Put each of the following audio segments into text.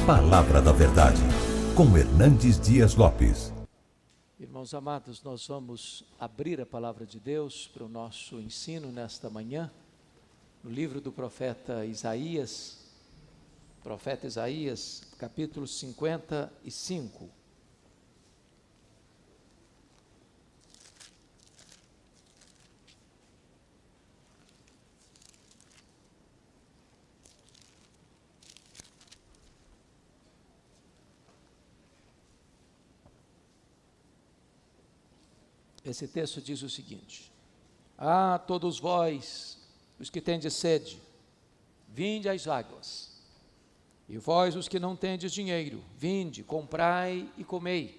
Palavra da Verdade, com Hernandes Dias Lopes. Irmãos amados, nós vamos abrir a Palavra de Deus para o nosso ensino nesta manhã, no livro do profeta Isaías, capítulo 55. Esse texto diz o seguinte: Ah, todos vós, os que tendes sede, vinde às águas. E vós, os que não tendes dinheiro, vinde, comprai e comei.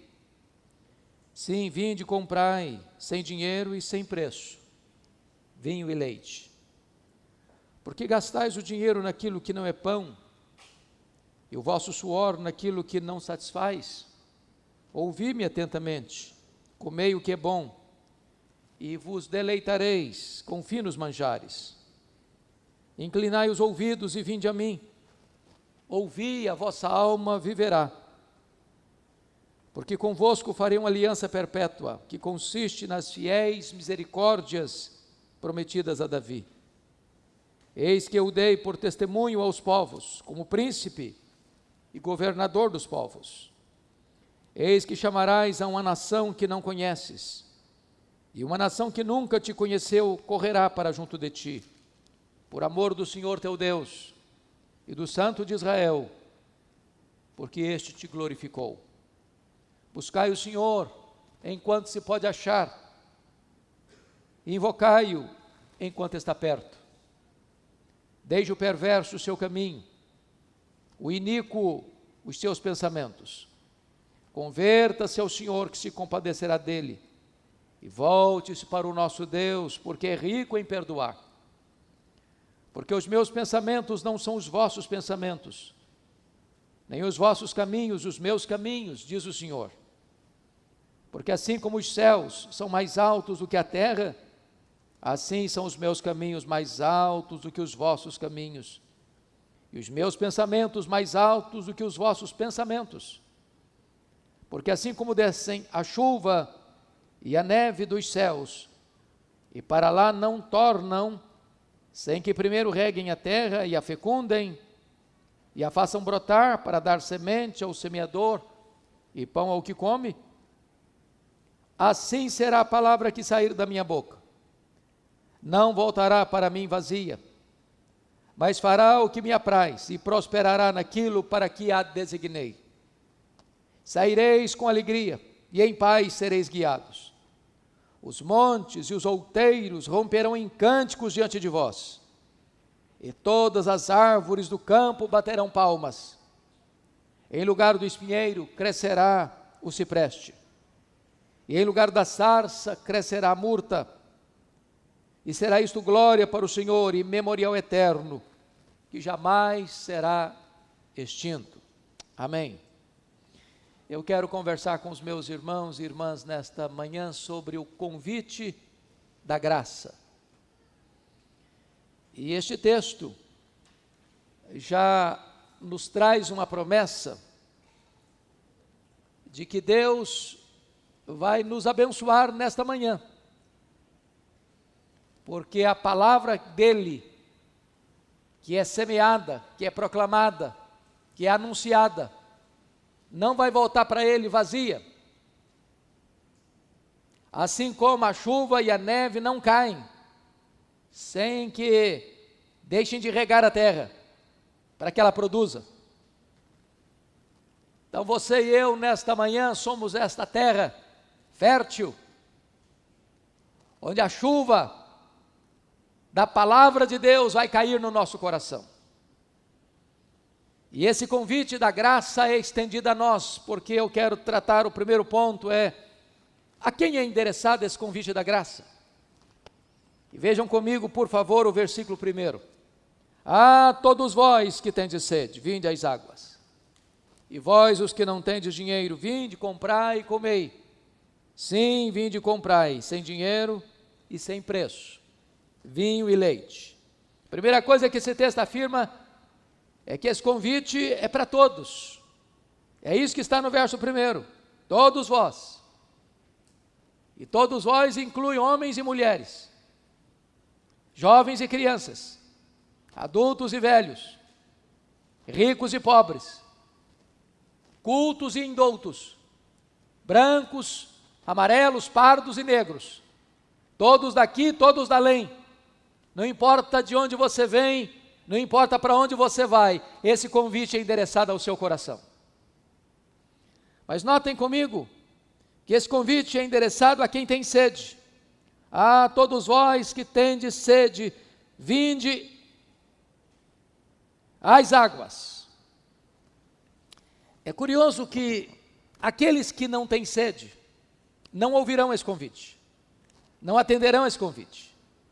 Sim, vinde, comprai, sem dinheiro e sem preço, vinho e leite. Porque gastais o dinheiro naquilo que não é pão, e o vosso suor naquilo que não satisfaz? Ouvi-me atentamente. Comei o que é bom, e vos deleitareis com finos manjares. Inclinai os ouvidos e vinde a mim. Ouvi, a vossa alma viverá. Porque convosco farei uma aliança perpétua, que consiste nas fiéis misericórdias prometidas a Davi. Eis que eu dei por testemunho aos povos, como príncipe e governador dos povos. Eis que chamarás a uma nação que não conheces, e uma nação que nunca te conheceu correrá para junto de ti, por amor do Senhor teu Deus e do Santo de Israel, porque este te glorificou. Buscai o Senhor enquanto se pode achar, e invocai-o enquanto está perto. Deixe o perverso o seu caminho, o iníquo os seus pensamentos. Converta-se ao Senhor, que se compadecerá dele, e volte-se para o nosso Deus, porque é rico em perdoar. Porque os meus pensamentos não são os vossos pensamentos, nem os vossos caminhos os meus caminhos, diz o Senhor. Porque assim como os céus são mais altos do que a terra, assim são os meus caminhos mais altos do que os vossos caminhos, e os meus pensamentos mais altos do que os vossos pensamentos. Porque assim como descem a chuva e a neve dos céus, e para lá não tornam, sem que primeiro reguem a terra e a fecundem, e a façam brotar para dar semente ao semeador e pão ao que come, assim será a palavra que sair da minha boca. Não voltará para mim vazia, mas fará o que me apraz e prosperará naquilo para que a designei. Saireis com alegria, e em paz sereis guiados. Os montes e os outeiros romperão em cânticos diante de vós, e todas as árvores do campo baterão palmas. Em lugar do espinheiro crescerá o cipreste, e em lugar da sarça crescerá a murta, e será isto glória para o Senhor e memorial eterno, que jamais será extinto. Amém. Eu quero conversar com os meus irmãos e irmãs nesta manhã sobre o convite da graça. E este texto já nos traz uma promessa de que Deus vai nos abençoar nesta manhã, porque a palavra dele, que é semeada, que é proclamada, que é anunciada, não vai voltar para ele vazia. Assim como a chuva e a neve não caem sem que deixem de regar a terra para que ela produza. Então você e eu nesta manhã somos esta terra fértil, onde a chuva da palavra de Deus vai cair no nosso coração. E esse convite da graça é estendido a nós, porque eu quero tratar, o primeiro ponto é: a quem é endereçado esse convite da graça? E vejam comigo, por favor, o versículo 1. Ah, todos vós que tendes sede, vinde às águas. E vós, os que não tendes dinheiro, vinde, comprai e comei. Sim, vinde e comprai, sem dinheiro e sem preço, vinho e leite. Primeira coisa que esse texto afirma é que esse convite é para todos. É isso que está no verso 1. Todos vós. E todos vós inclui homens e mulheres, jovens e crianças, adultos e velhos, ricos e pobres, cultos e indoutos, brancos, amarelos, pardos e negros, todos daqui, todos da além. Não importa de onde você vem, não importa para onde você vai, esse convite é endereçado ao seu coração. Mas notem comigo que esse convite é endereçado a quem tem sede. Ah, todos vós que tendes sede, vinde às águas. É curioso que aqueles que não têm sede não ouvirão esse convite, não atenderão esse convite.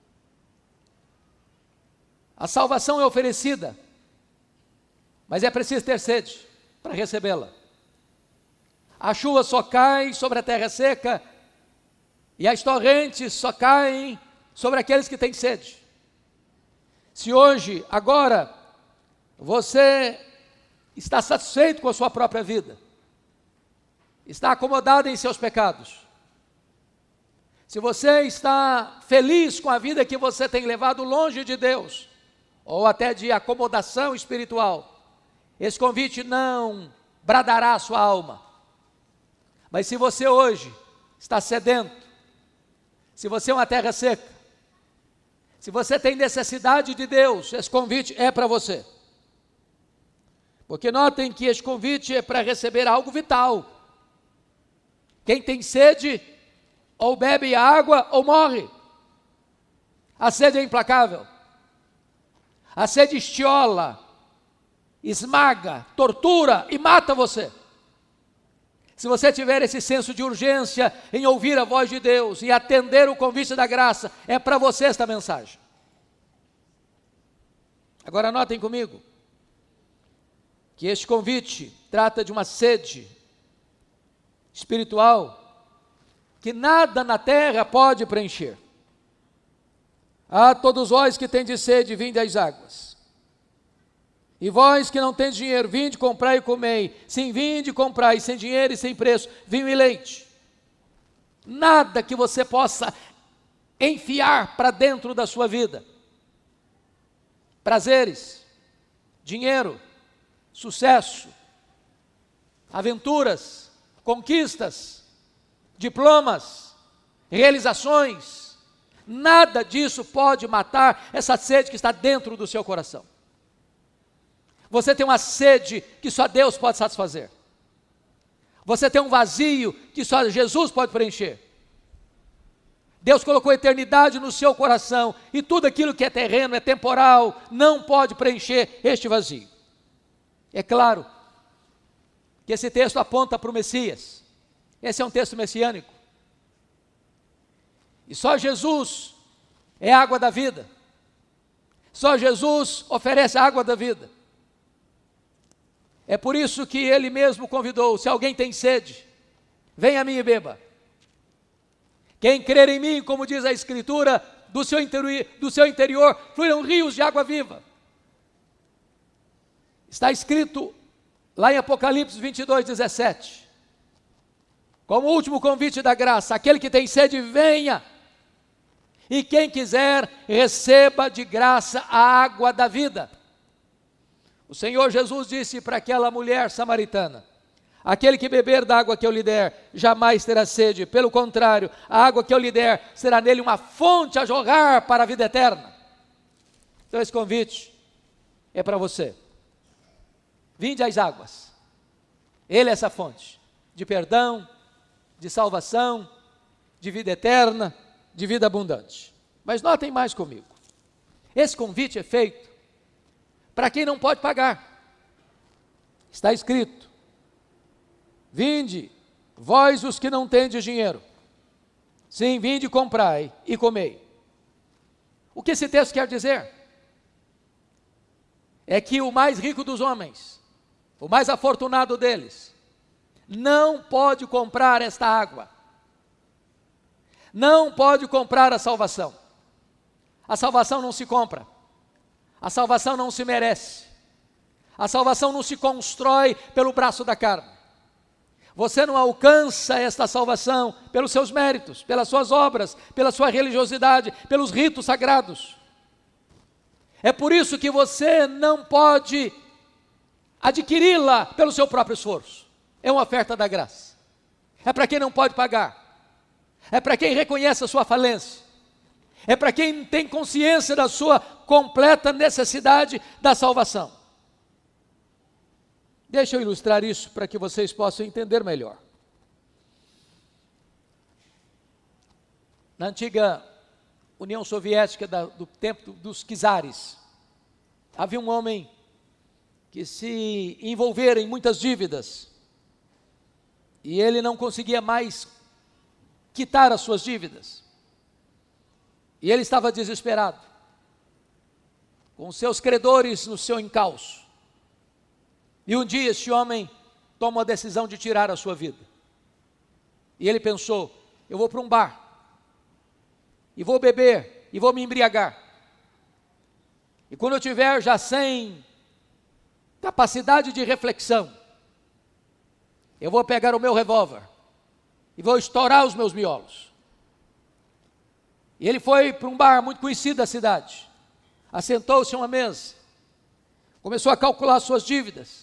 A salvação é oferecida, mas é preciso ter sede para recebê-la. A chuva só cai sobre a terra seca e as torrentes só caem sobre aqueles que têm sede. Se hoje, agora, você está satisfeito com a sua própria vida, está acomodado em seus pecados, se você está feliz com a vida que você tem levado longe de Deus, ou até de acomodação espiritual, esse convite não bradará a sua alma. Mas se você hoje está sedento, se você é uma terra seca, se você tem necessidade de Deus, esse convite é para você. Porque notem que esse convite é para receber algo vital. Quem tem sede, ou bebe água ou morre. A sede é implacável. A sede estiola, esmaga, tortura e mata você. Se você tiver esse senso de urgência em ouvir a voz de Deus e atender o convite da graça, é para você esta mensagem. Agora notem comigo, que este convite trata de uma sede espiritual que nada na terra pode preencher. Ah, todos vós que tendes sede, vinde às águas. E vós que não tendes dinheiro, vinde, comprai e comei. Sim, vinde, comprai, sem dinheiro e sem preço, vinho e leite. Nada que você possa enfiar para dentro da sua vida. Prazeres, dinheiro, sucesso, aventuras, conquistas, diplomas, realizações, nada disso pode matar essa sede que está dentro do seu coração. Você tem uma sede que só Deus pode satisfazer. Você tem um vazio que só Jesus pode preencher. Deus colocou a eternidade no seu coração e tudo aquilo que é terreno, é temporal, não pode preencher este vazio. É claro que esse texto aponta para o Messias. Esse é um texto messiânico. E só Jesus é a água da vida. Só Jesus oferece a água da vida. É por isso que ele mesmo convidou: se alguém tem sede, venha a mim e beba. Quem crer em mim, como diz a Escritura, do seu interior fluirão rios de água viva. Está escrito lá em Apocalipse 22:17, como último convite da graça: aquele que tem sede, venha, e quem quiser, receba de graça a água da vida. O Senhor Jesus disse para aquela mulher samaritana: aquele que beber da água que eu lhe der, jamais terá sede, pelo contrário, a água que eu lhe der, será nele uma fonte a jorrar para a vida eterna. Então esse convite é para você. Vinde às águas. Ele é essa fonte de perdão, de salvação, de vida eterna, de vida abundante. Mas notem mais comigo, esse convite é feito para quem não pode pagar. Está escrito: vinde, vós os que não tendes dinheiro, sim, vinde, comprai e comei. O que esse texto quer dizer? É que o mais rico dos homens, o mais afortunado deles, não pode comprar esta água, não pode comprar a salvação. A salvação não se compra, a salvação não se merece, A salvação não se constrói pelo braço da carne. Você não alcança esta salvação pelos seus méritos, pelas suas obras, pela sua religiosidade, pelos ritos sagrados. É por isso que você não pode adquiri-la pelo seu próprio esforço. É uma oferta da graça. É para quem não pode pagar. É para quem reconhece a sua falência. É para quem tem consciência da sua completa necessidade da salvação. Deixa eu ilustrar isso para que vocês possam entender melhor. Na antiga União Soviética, do tempo dos czares, havia um homem que se envolvera em muitas dívidas e ele não conseguia mais quitar as suas dívidas. E ele estava desesperado, com seus credores no seu encalço. E um dia esse homem toma a decisão de tirar a sua vida. E ele pensou, eu vou para um bar, e vou beber, e vou me embriagar. E quando eu tiver já sem capacidade de reflexão, eu vou pegar o meu revólver, e vou estourar os meus miolos. E ele foi para um bar muito conhecido da cidade, assentou-se a uma mesa, começou a calcular suas dívidas.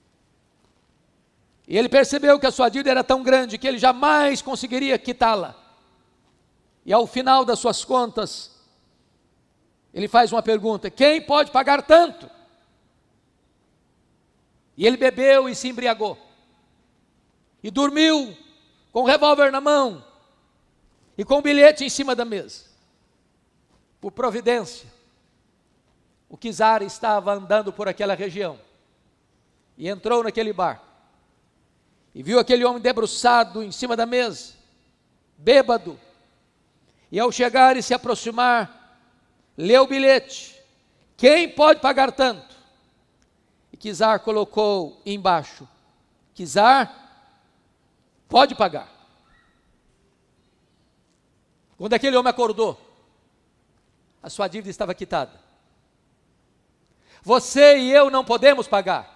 E ele percebeu que a sua dívida era tão grande que ele jamais conseguiria quitá-la. E ao final das suas contas, ele faz uma pergunta: quem pode pagar tanto? E ele bebeu e se embriagou. E dormiu com o revólver na mão e com o bilhete em cima da mesa. Por providência, o czar estava andando por aquela região e entrou naquele bar. E viu aquele homem debruçado em cima da mesa, bêbado. E ao chegar e se aproximar, leu o bilhete: quem pode pagar tanto? E czar colocou embaixo: czar pode pagar. Quando aquele homem acordou, a sua dívida estava quitada. Você e eu não podemos pagar.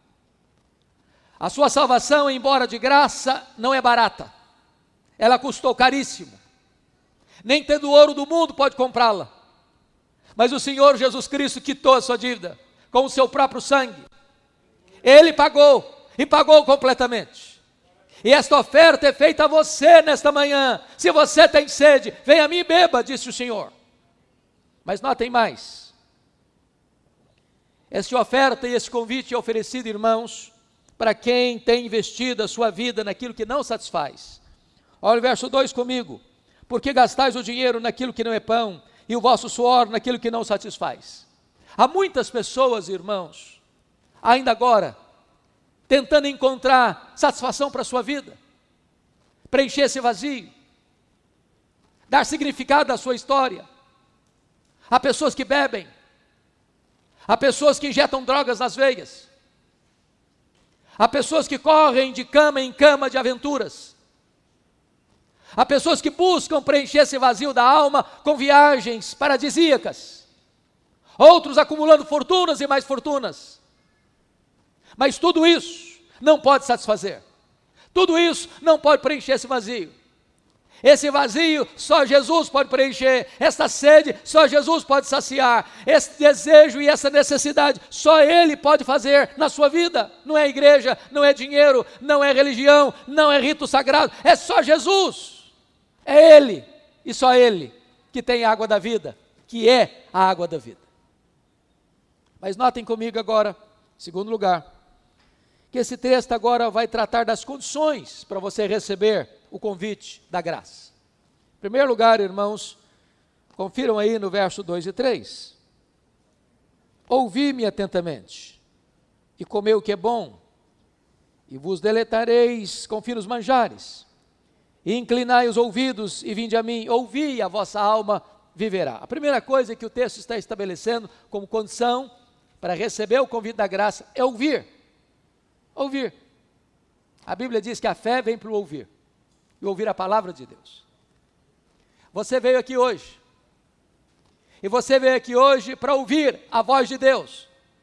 A sua salvação, embora de graça, não é barata. Ela custou caríssimo. Nem tendo o ouro do mundo pode comprá-la. Mas o Senhor Jesus Cristo quitou a sua dívida com o seu próprio sangue. Ele pagou, e pagou completamente. E esta oferta é feita a você nesta manhã. Se você tem sede, venha a mim e beba, disse o Senhor. Mas notem mais. Esta oferta e esse convite é oferecido, irmãos, para quem tem investido a sua vida naquilo que não satisfaz. Olha o verso 2 comigo. Porque gastais o dinheiro naquilo que não é pão, e o vosso suor naquilo que não satisfaz. Há muitas pessoas, irmãos, ainda agora, tentando encontrar satisfação para a sua vida, preencher esse vazio, dar significado à sua história. Há pessoas que bebem, há pessoas que injetam drogas nas veias, há pessoas que correm de cama em cama de aventuras, há pessoas que buscam preencher esse vazio da alma com viagens paradisíacas, outros acumulando fortunas e mais fortunas. Mas tudo isso não pode satisfazer, tudo isso não pode preencher esse vazio. Esse vazio só Jesus pode preencher, esta sede só Jesus pode saciar, esse desejo e essa necessidade só Ele pode fazer na sua vida. Não é igreja, não é dinheiro, não é religião, não é rito sagrado, é só Jesus. É Ele, e só Ele, que tem a água da vida, que é a água da vida. Mas notem comigo agora, em segundo lugar, que esse texto agora vai tratar das condições para você receber o convite da graça. Em primeiro lugar, irmãos, confiram aí no verso 2 e 3. Ouvi-me atentamente, e comei o que é bom, e vos deletareis com finos manjares, e inclinai os ouvidos, e vinde a mim, ouvi, e a vossa alma viverá. A primeira coisa que o texto está estabelecendo como condição para receber o convite da graça é ouvir. Ouvir. A Bíblia diz que a fé vem para o ouvir, e ouvir a palavra de Deus. Você veio aqui hoje, e você veio aqui hoje para ouvir a voz de Deus.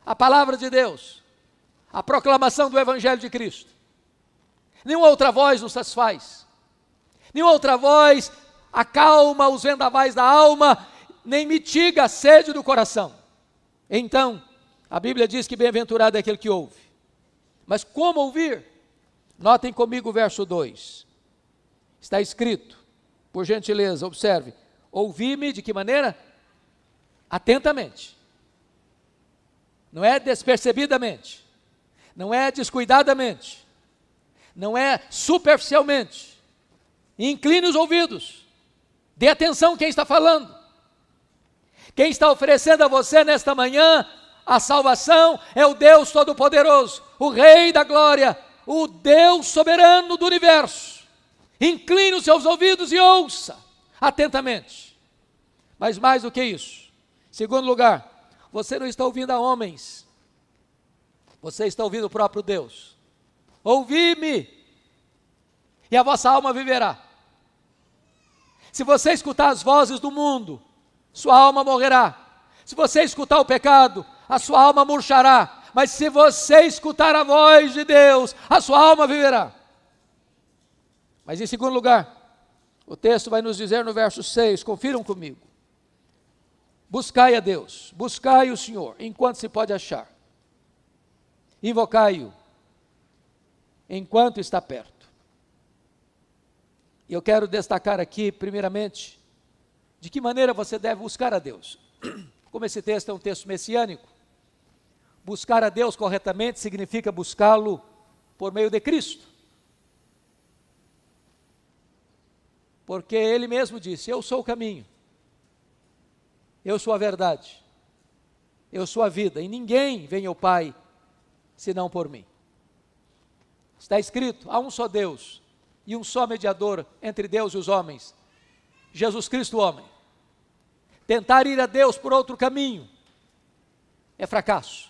a palavra de Deus, a proclamação do Evangelho de Cristo. Nenhuma outra voz nos satisfaz, nenhuma outra voz acalma os vendavais da alma, nem mitiga a sede do coração. Então, a Bíblia diz que bem-aventurado é aquele que ouve. Mas como ouvir? Notem comigo o verso 2. Está escrito, por gentileza, observe: ouvi-me de que maneira? Atentamente. Não é despercebidamente, não é descuidadamente, não é superficialmente. Incline os ouvidos, dê atenção a quem está falando. Quem está oferecendo a você nesta manhã a salvação é o Deus Todo-Poderoso, o Rei da Glória, o Deus soberano do universo. Incline os seus ouvidos e ouça atentamente. Mas mais do que isso, em segundo lugar, você não está ouvindo a homens, você está ouvindo o próprio Deus. Ouvi-me, e a vossa alma viverá. Se você escutar as vozes do mundo, sua alma morrerá. Se você escutar o pecado, a sua alma murchará. Mas se você escutar a voz de Deus, a sua alma viverá. Mas em segundo lugar, o texto vai nos dizer no verso 6, confiram comigo: buscai a Deus, buscai o Senhor, enquanto se pode achar. Invocai-o, enquanto está perto. E eu quero destacar aqui, primeiramente, de que maneira você deve buscar a Deus. Como esse texto é um texto messiânico, buscar a Deus corretamente significa buscá-lo por meio de Cristo. Porque Ele mesmo disse: eu sou o caminho, eu sou a verdade, eu sou a vida, e ninguém vem ao Pai senão por mim. Está escrito: há um só Deus e um só mediador entre Deus e os homens, Jesus Cristo, o homem. Tentar ir a Deus por outro caminho é fracasso.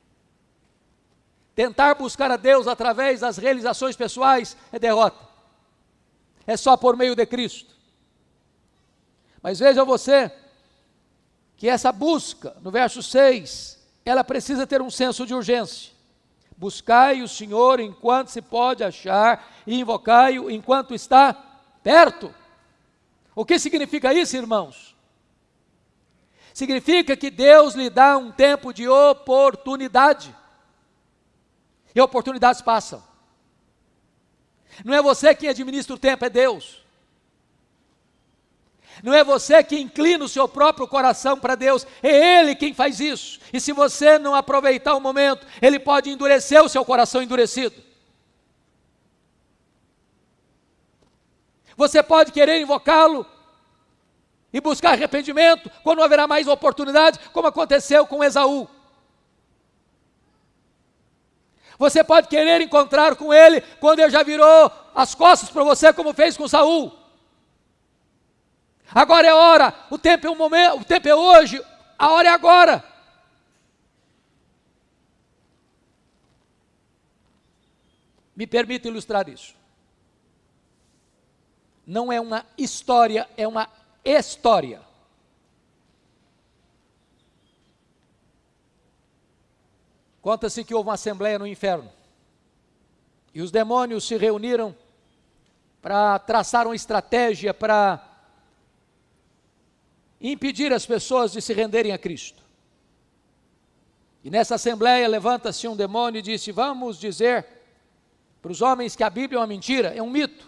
Tentar buscar a Deus através das realizações pessoais é derrota. É só por meio de Cristo. Mas veja você que essa busca, no verso 6, ela precisa ter um senso de urgência. Buscai o Senhor enquanto se pode achar, e invocai-o enquanto está perto. O que significa isso, irmãos? Significa que Deus lhe dá um tempo de oportunidade. E oportunidades passam. Não é você quem administra o tempo, é Deus. Não é você que inclina o seu próprio coração para Deus, é Ele quem faz isso. E se você não aproveitar o momento, Ele pode endurecer o seu coração endurecido. Você pode querer invocá-lo e buscar arrependimento quando não haverá mais oportunidade, como aconteceu com Esaú. Você pode querer encontrar com Ele quando Ele já virou as costas para você, como fez com Saul. Agora é a hora, o tempo é um momento, o tempo é hoje, a hora é agora. Me permita ilustrar isso. Não é uma história, é uma história. Conta-se que houve uma assembleia no inferno, e os demônios se reuniram para traçar uma estratégia para impedir as pessoas de se renderem a Cristo. E nessa assembleia levanta-se um demônio e disse: vamos dizer para os homens que a Bíblia é uma mentira, é um mito.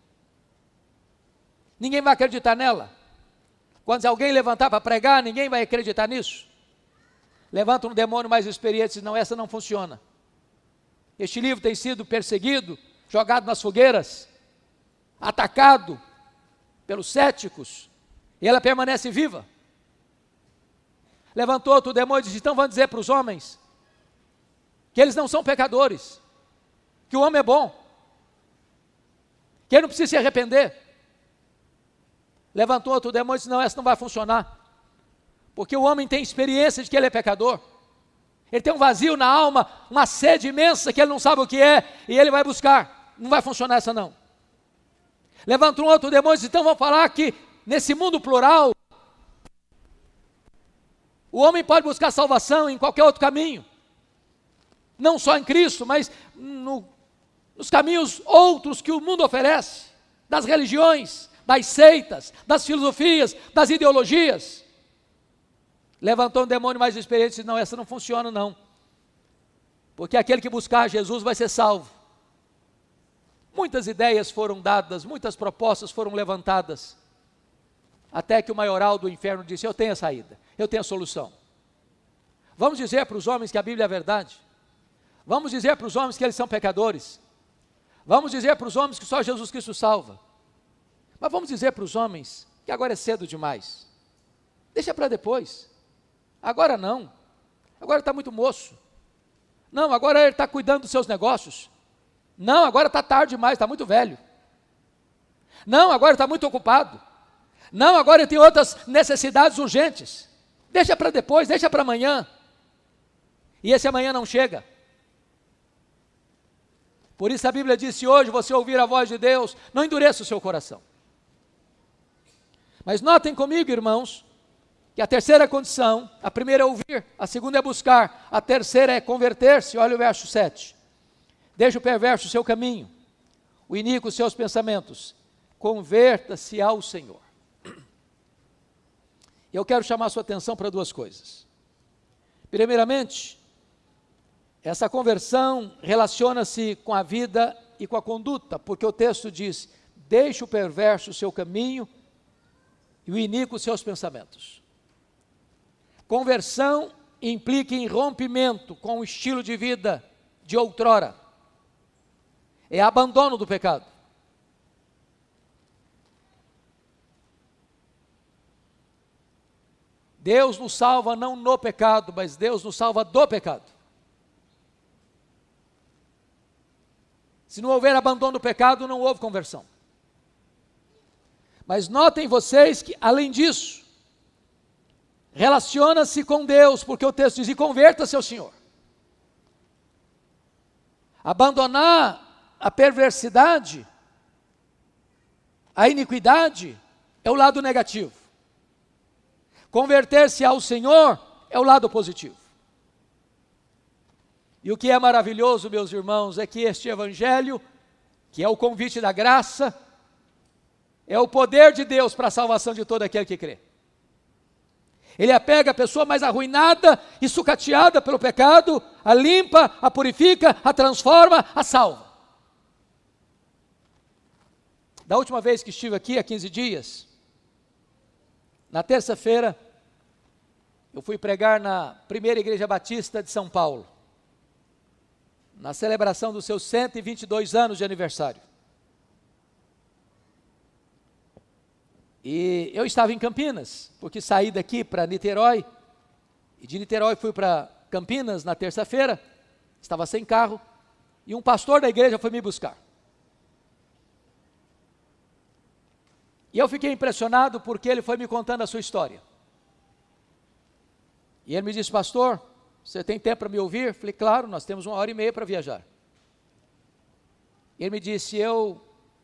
Ninguém vai acreditar nela. Quando alguém levantar para pregar, ninguém vai acreditar nisso. Levanta um demônio mais experiente e diz: não, essa não funciona. Este livro tem sido perseguido, jogado nas fogueiras, atacado pelos céticos, e ela permanece viva. Levantou outro demônio e disse: então vamos dizer para os homens que eles não são pecadores, que o homem é bom, que ele não precisa se arrepender. Levantou outro demônio e disse: não, essa não vai funcionar, porque o homem tem experiência de que ele é pecador, ele tem um vazio na alma, uma sede imensa que ele não sabe o que é, e ele vai buscar. Não vai funcionar essa não. Levantou um outro demônio e disse: então vamos falar que nesse mundo plural, o homem pode buscar salvação em qualquer outro caminho. não só em Cristo, mas nos caminhos outros que o mundo oferece, das religiões, das seitas, das filosofias, das ideologias. Levantou um demônio mais experiente e disse: não, essa não funciona não, porque aquele que buscar Jesus vai ser salvo. Muitas ideias foram dadas, muitas propostas foram levantadas, até que o maioral do inferno disse: eu tenho a saída, eu tenho a solução. Vamos dizer para os homens que a Bíblia é a verdade, vamos dizer para os homens que eles são pecadores, vamos dizer para os homens que só Jesus Cristo salva, mas vamos dizer para os homens que agora é cedo demais, deixa para depois, agora não, agora está muito moço, não, agora ele está cuidando dos seus negócios, não, agora está tarde demais, está muito velho, não, agora está muito ocupado, não, agora ele tem outras necessidades urgentes, deixa para depois, deixa para amanhã, e esse amanhã não chega. Por isso a Bíblia diz: se hoje você ouvir a voz de Deus, não endureça o seu coração. Mas notem comigo, irmãos, que a terceira condição, a primeira é ouvir, a segunda é buscar, a terceira é converter-se. Olha o verso 7. Deixa o perverso o seu caminho, o iníquo os seus pensamentos, converta-se ao Senhor. Eu quero chamar a sua atenção para duas coisas. Primeiramente, essa conversão relaciona-se com a vida e com a conduta, porque o texto diz: deixe o perverso o seu caminho e o iníquo os seus pensamentos. Conversão implica em rompimento com o estilo de vida de outrora, é abandono do pecado. Deus nos salva não no pecado, mas Deus nos salva do pecado. Se não houver abandono do pecado, não houve conversão. Mas notem vocês que, além disso, relaciona-se com Deus, porque o texto diz: e converta-se ao Senhor. Abandonar a perversidade, a iniquidade, é o lado negativo. Converter-se ao Senhor é o lado positivo. E o que é maravilhoso, meus irmãos, é que este evangelho, que é o convite da graça, é o poder de Deus para a salvação de todo aquele que crê. Ele pega a pessoa mais arruinada e sucateada pelo pecado, a limpa, a purifica, a transforma, a salva. Da última vez que estive aqui, há 15 dias, na terça-feira, eu fui pregar na primeira igreja batista de São Paulo, na celebração dos seus 122 anos de aniversário. E eu estava em Campinas, porque saí daqui para Niterói, e de Niterói fui para Campinas na terça-feira, estava sem carro, e um pastor da igreja foi me buscar. E eu fiquei impressionado porque ele foi me contando a sua história. E ele me disse: pastor, você tem tempo para me ouvir? Falei: claro, nós temos 1h30 para viajar. Ele me disse: eu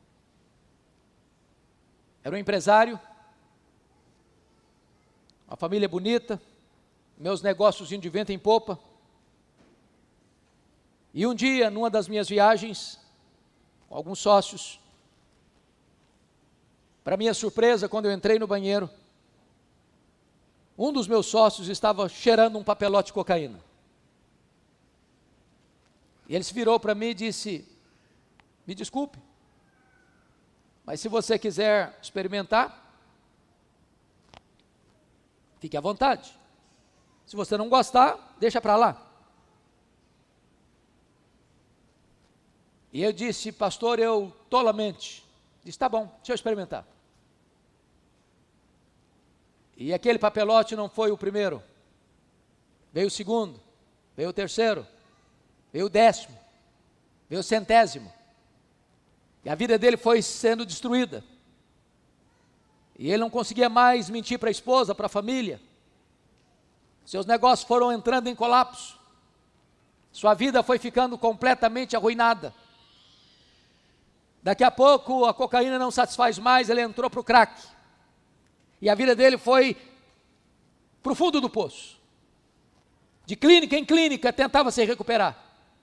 era um empresário, uma família bonita, meus negócios indo de vento em popa. E um dia, numa das minhas viagens, com alguns sócios, para minha surpresa, quando eu entrei no banheiro, um dos meus sócios estava cheirando um papelote de cocaína. E ele se virou para mim e disse: me desculpe, mas se você quiser experimentar, fique à vontade. Se você não gostar, deixa para lá. E eu disse: pastor, eu tolamente. Disse: tá bom, deixa eu experimentar. E aquele papelote não foi o primeiro, veio o segundo, veio o terceiro, veio o 10º, veio o 100º, e a vida dele foi sendo destruída, e ele não conseguia mais mentir para a esposa, para a família, seus negócios foram entrando em colapso, sua vida foi ficando completamente arruinada. Daqui a pouco a cocaína não satisfaz mais, ele entrou para o crack, e a vida dele foi para o fundo do poço. De clínica em clínica tentava se recuperar.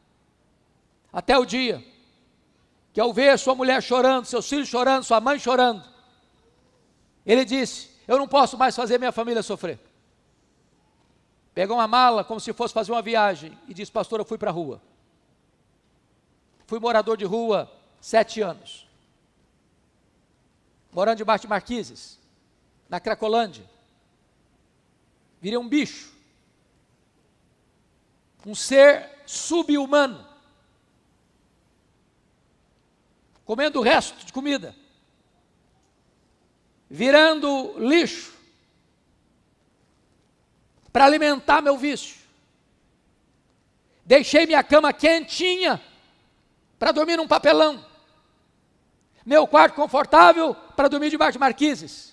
Até o dia que, ao ver sua mulher chorando, seus filhos chorando, sua mãe chorando, ele disse: eu não posso mais fazer minha família sofrer. Pegou uma mala como se fosse fazer uma viagem e disse: pastor, eu fui para a rua. Fui morador de rua 7 anos. Morando debaixo de marquises, na Cracolândia. Virei um bicho. Um ser sub-humano. Comendo o resto de comida. Virando lixo. Para alimentar meu vício. Deixei minha cama quentinha para dormir num papelão. Meu quarto confortável para dormir debaixo de marquises.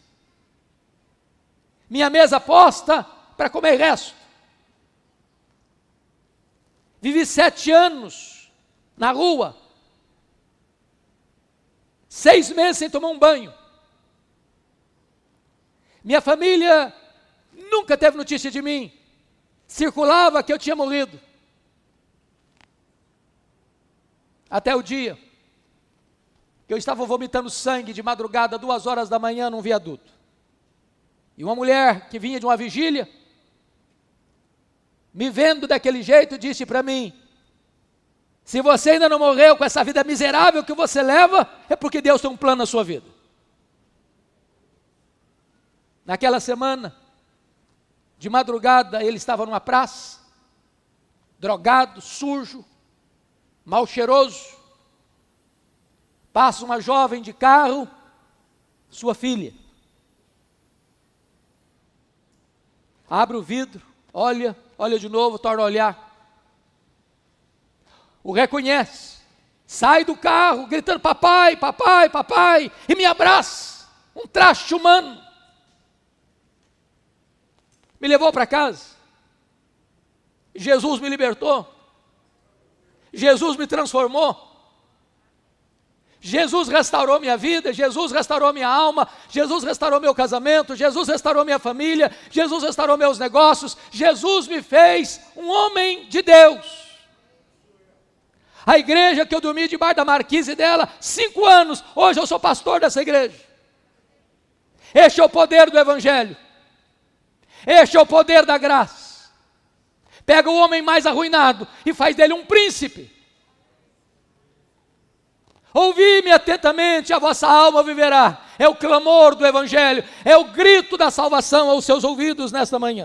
Minha mesa posta para comer resto. Vivi 7 anos na rua. 6 meses sem tomar um banho. Minha família nunca teve notícia de mim. Circulava que eu tinha morrido. Até o dia que eu estava vomitando sangue de madrugada, 2 horas da manhã, num viaduto. E uma mulher que vinha de uma vigília, me vendo daquele jeito, disse para mim: se você ainda não morreu com essa vida miserável que você leva, é porque Deus tem um plano na sua vida. Naquela semana, de madrugada, ele estava numa praça, drogado, sujo, mal cheiroso. Passa uma jovem de carro, sua filha. Abre o vidro, olha de novo, torna a olhar. O reconhece, sai do carro gritando: papai, papai, papai, e me abraça. Um traste humano. Me levou para casa. Jesus me libertou. Jesus me transformou. Jesus restaurou minha vida, Jesus restaurou minha alma, Jesus restaurou meu casamento, Jesus restaurou minha família, Jesus restaurou meus negócios, Jesus me fez um homem de Deus. A igreja que eu dormi debaixo da marquise dela, 5 anos, hoje eu sou pastor dessa igreja. Este é o poder do Evangelho, este é o poder da graça. Pega o homem mais arruinado e faz dele um príncipe. Ouvi-me atentamente, a vossa alma viverá. É o clamor do Evangelho, é o grito da salvação aos seus ouvidos nesta manhã.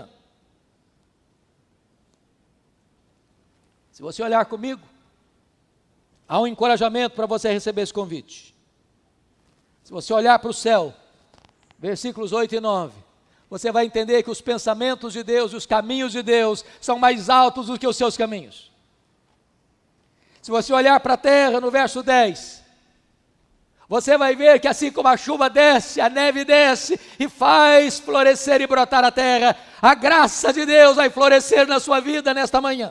Se você olhar comigo, há um encorajamento para você receber esse convite. Se você olhar para o céu, versículos 8 e 9, você vai entender que os pensamentos de Deus e os caminhos de Deus são mais altos do que os seus caminhos. Se você olhar para a terra, no verso 10, você vai ver que assim como a chuva desce, a neve desce e faz florescer e brotar a terra, a graça de Deus vai florescer na sua vida nesta manhã.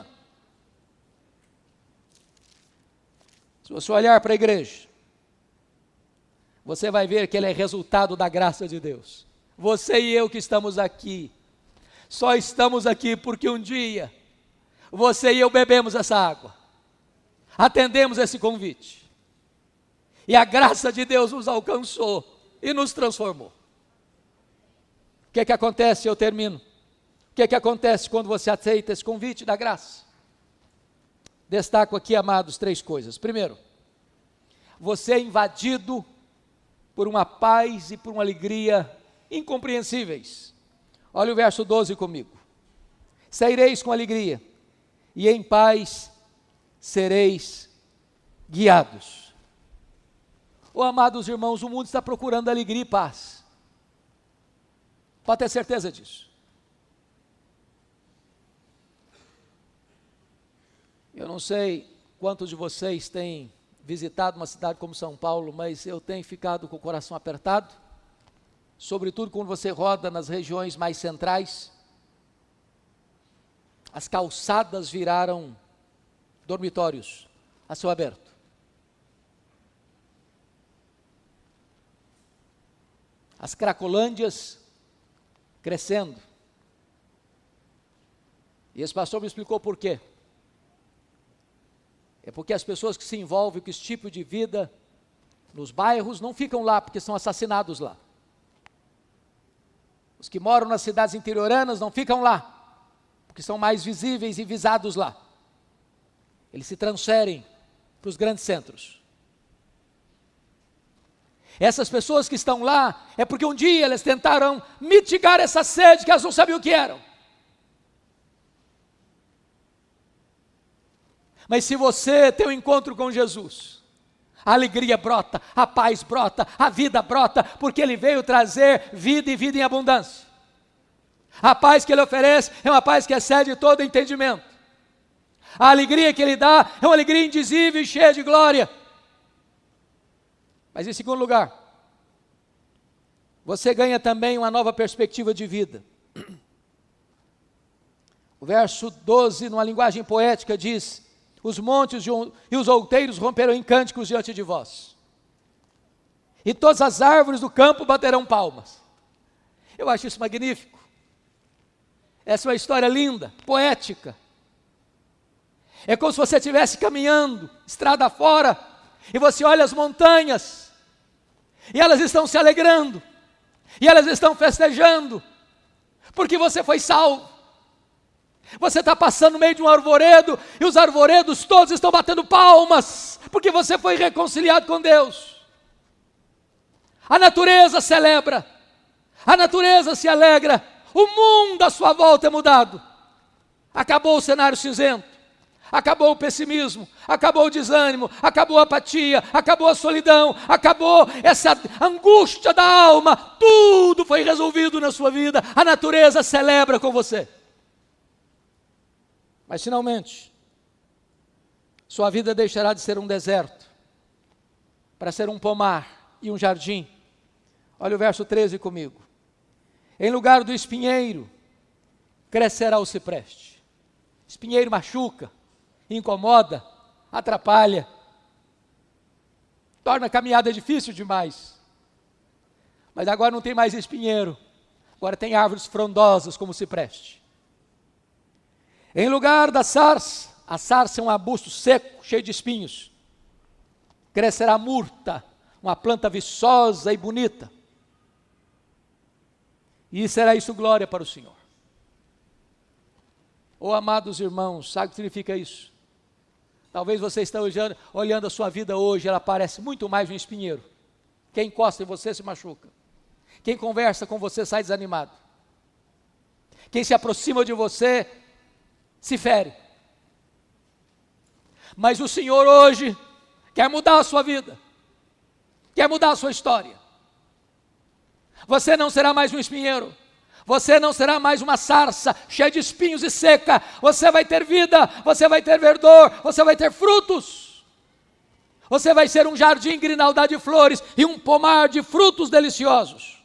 Se você olhar para a igreja, você vai ver que ela é resultado da graça de Deus. Você e eu que estamos aqui, só estamos aqui porque um dia, você e eu bebemos essa água. Atendemos esse convite. E a graça de Deus nos alcançou e nos transformou. O que acontece? Eu termino. O que acontece quando você aceita esse convite da graça? Destaco aqui, amados, 3 coisas. Primeiro, você é invadido por uma paz e por uma alegria incompreensíveis. Olha o verso 12 comigo. Saireis com alegria e em paz sereis guiados. Oh, amados irmãos, o mundo está procurando alegria e paz. Pode ter certeza disso. Eu não sei quantos de vocês têm visitado uma cidade como São Paulo, mas eu tenho ficado com o coração apertado, sobretudo quando você roda nas regiões mais centrais. As calçadas viraram dormitórios a céu aberto. As cracolândias crescendo. E esse pastor me explicou por quê. É porque as pessoas que se envolvem com esse tipo de vida nos bairros não ficam lá porque são assassinados lá. Os que moram nas cidades interioranas não ficam lá porque são mais visíveis e visados lá. Eles se transferem para os grandes centros. Essas pessoas que estão lá é porque um dia eles tentaram mitigar essa sede que elas não sabiam o que eram. Mas se você tem um encontro com Jesus, a alegria brota, a paz brota, a vida brota, porque Ele veio trazer vida e vida em abundância. A paz que Ele oferece é uma paz que excede todo entendimento. A alegria que Ele dá é uma alegria indizível e cheia de glória. Mas em segundo lugar, você ganha também uma nova perspectiva de vida. O verso 12, numa linguagem poética, diz: os montes e os outeiros romperão em cânticos diante de vós, e todas as árvores do campo baterão palmas. Eu acho isso magnífico. Essa é uma história linda, poética. É como se você estivesse caminhando, estrada fora, e você olha as montanhas, e elas estão se alegrando, e elas estão festejando, porque você foi salvo. Você está passando no meio de um arvoredo, e os arvoredos todos estão batendo palmas, porque você foi reconciliado com Deus. A natureza celebra, a natureza se alegra, o mundo à sua volta é mudado. Acabou o cenário cinzento, acabou o pessimismo, acabou o desânimo, acabou a apatia, acabou a solidão, acabou essa angústia da alma, tudo foi resolvido na sua vida, a natureza celebra com você. Mas finalmente, sua vida deixará de ser um deserto, para ser um pomar e um jardim. Olha o verso 13 comigo. Em lugar do espinheiro, crescerá o cipreste. Espinheiro machuca, incomoda, atrapalha, torna a caminhada difícil demais. Mas agora não tem mais espinheiro, agora tem árvores frondosas como o cipreste. Em lugar da sarça, a sarça é um arbusto seco, cheio de espinhos, crescerá a murta, uma planta viçosa e bonita. E será isso glória para o Senhor. Oh, amados irmãos, sabe o que significa isso? Talvez você esteja olhando a sua vida hoje, ela parece muito mais um espinheiro. Quem encosta em você se machuca. Quem conversa com você sai desanimado. Quem se aproxima de você se fere. Mas o Senhor hoje quer mudar a sua vida, quer mudar a sua história. Você não será mais um espinheiro, você não será mais uma sarça cheia de espinhos e seca. Você vai ter vida, você vai ter verdor, você vai ter frutos. Você vai ser um jardim grinaldado de flores e um pomar de frutos deliciosos.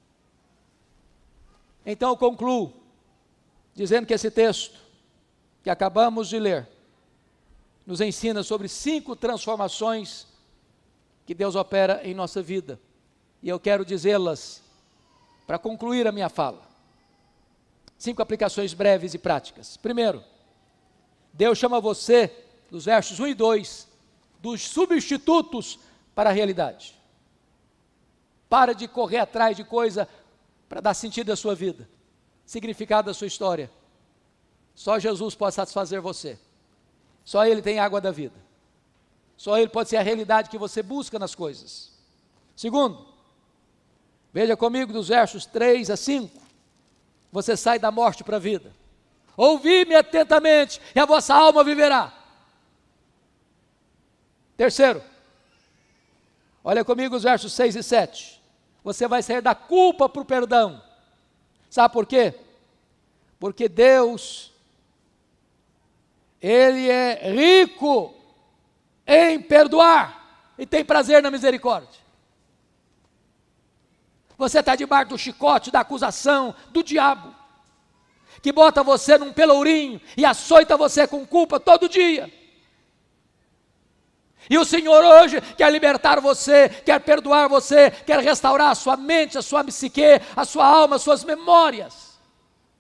Então eu concluo dizendo que esse texto que acabamos de ler nos ensina sobre 5 transformações que Deus opera em nossa vida. E eu quero dizê-las para concluir a minha fala. 5 aplicações breves e práticas. Primeiro, Deus chama você, nos versos 1 e 2, dos substitutos para a realidade. Para de correr atrás de coisa para dar sentido à sua vida, significado à sua história. Só Jesus pode satisfazer você. Só Ele tem água da vida. Só Ele pode ser a realidade que você busca nas coisas. Segundo, veja comigo dos versos 3 a 5. Você sai da morte para a vida. Ouvi-me atentamente e a vossa alma viverá. Terceiro, olha comigo os versos 6 e 7. Você vai sair da culpa para o perdão. Sabe por quê? Porque Deus, Ele é rico em perdoar e tem prazer na misericórdia. Você está debaixo do chicote, da acusação, do diabo, que bota você num pelourinho e açoita você com culpa todo dia. E o Senhor hoje quer libertar você, quer perdoar você, quer restaurar a sua mente, a sua psique, a sua alma, as suas memórias.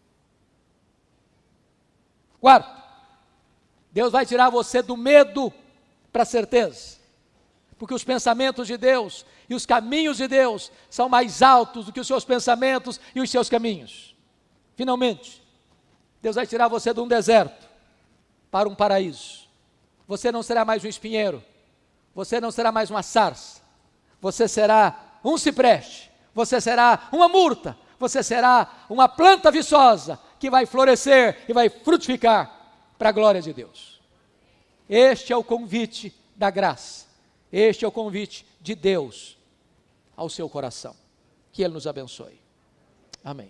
Quarto, Deus vai tirar você do medo para a certeza. Porque os pensamentos de Deus e os caminhos de Deus são mais altos do que os seus pensamentos e os seus caminhos. Finalmente, Deus vai tirar você de um deserto para um paraíso. Você não será mais um espinheiro, você não será mais uma sarça, você será um cipreste, você será uma murta, você será uma planta viçosa que vai florescer e vai frutificar para a glória de Deus. Este é o convite da graça, este é o convite de Deus ao seu coração. Que Ele nos abençoe. Amém.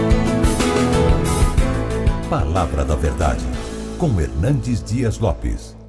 Palavra da Verdade, com Hernandes Dias Lopes.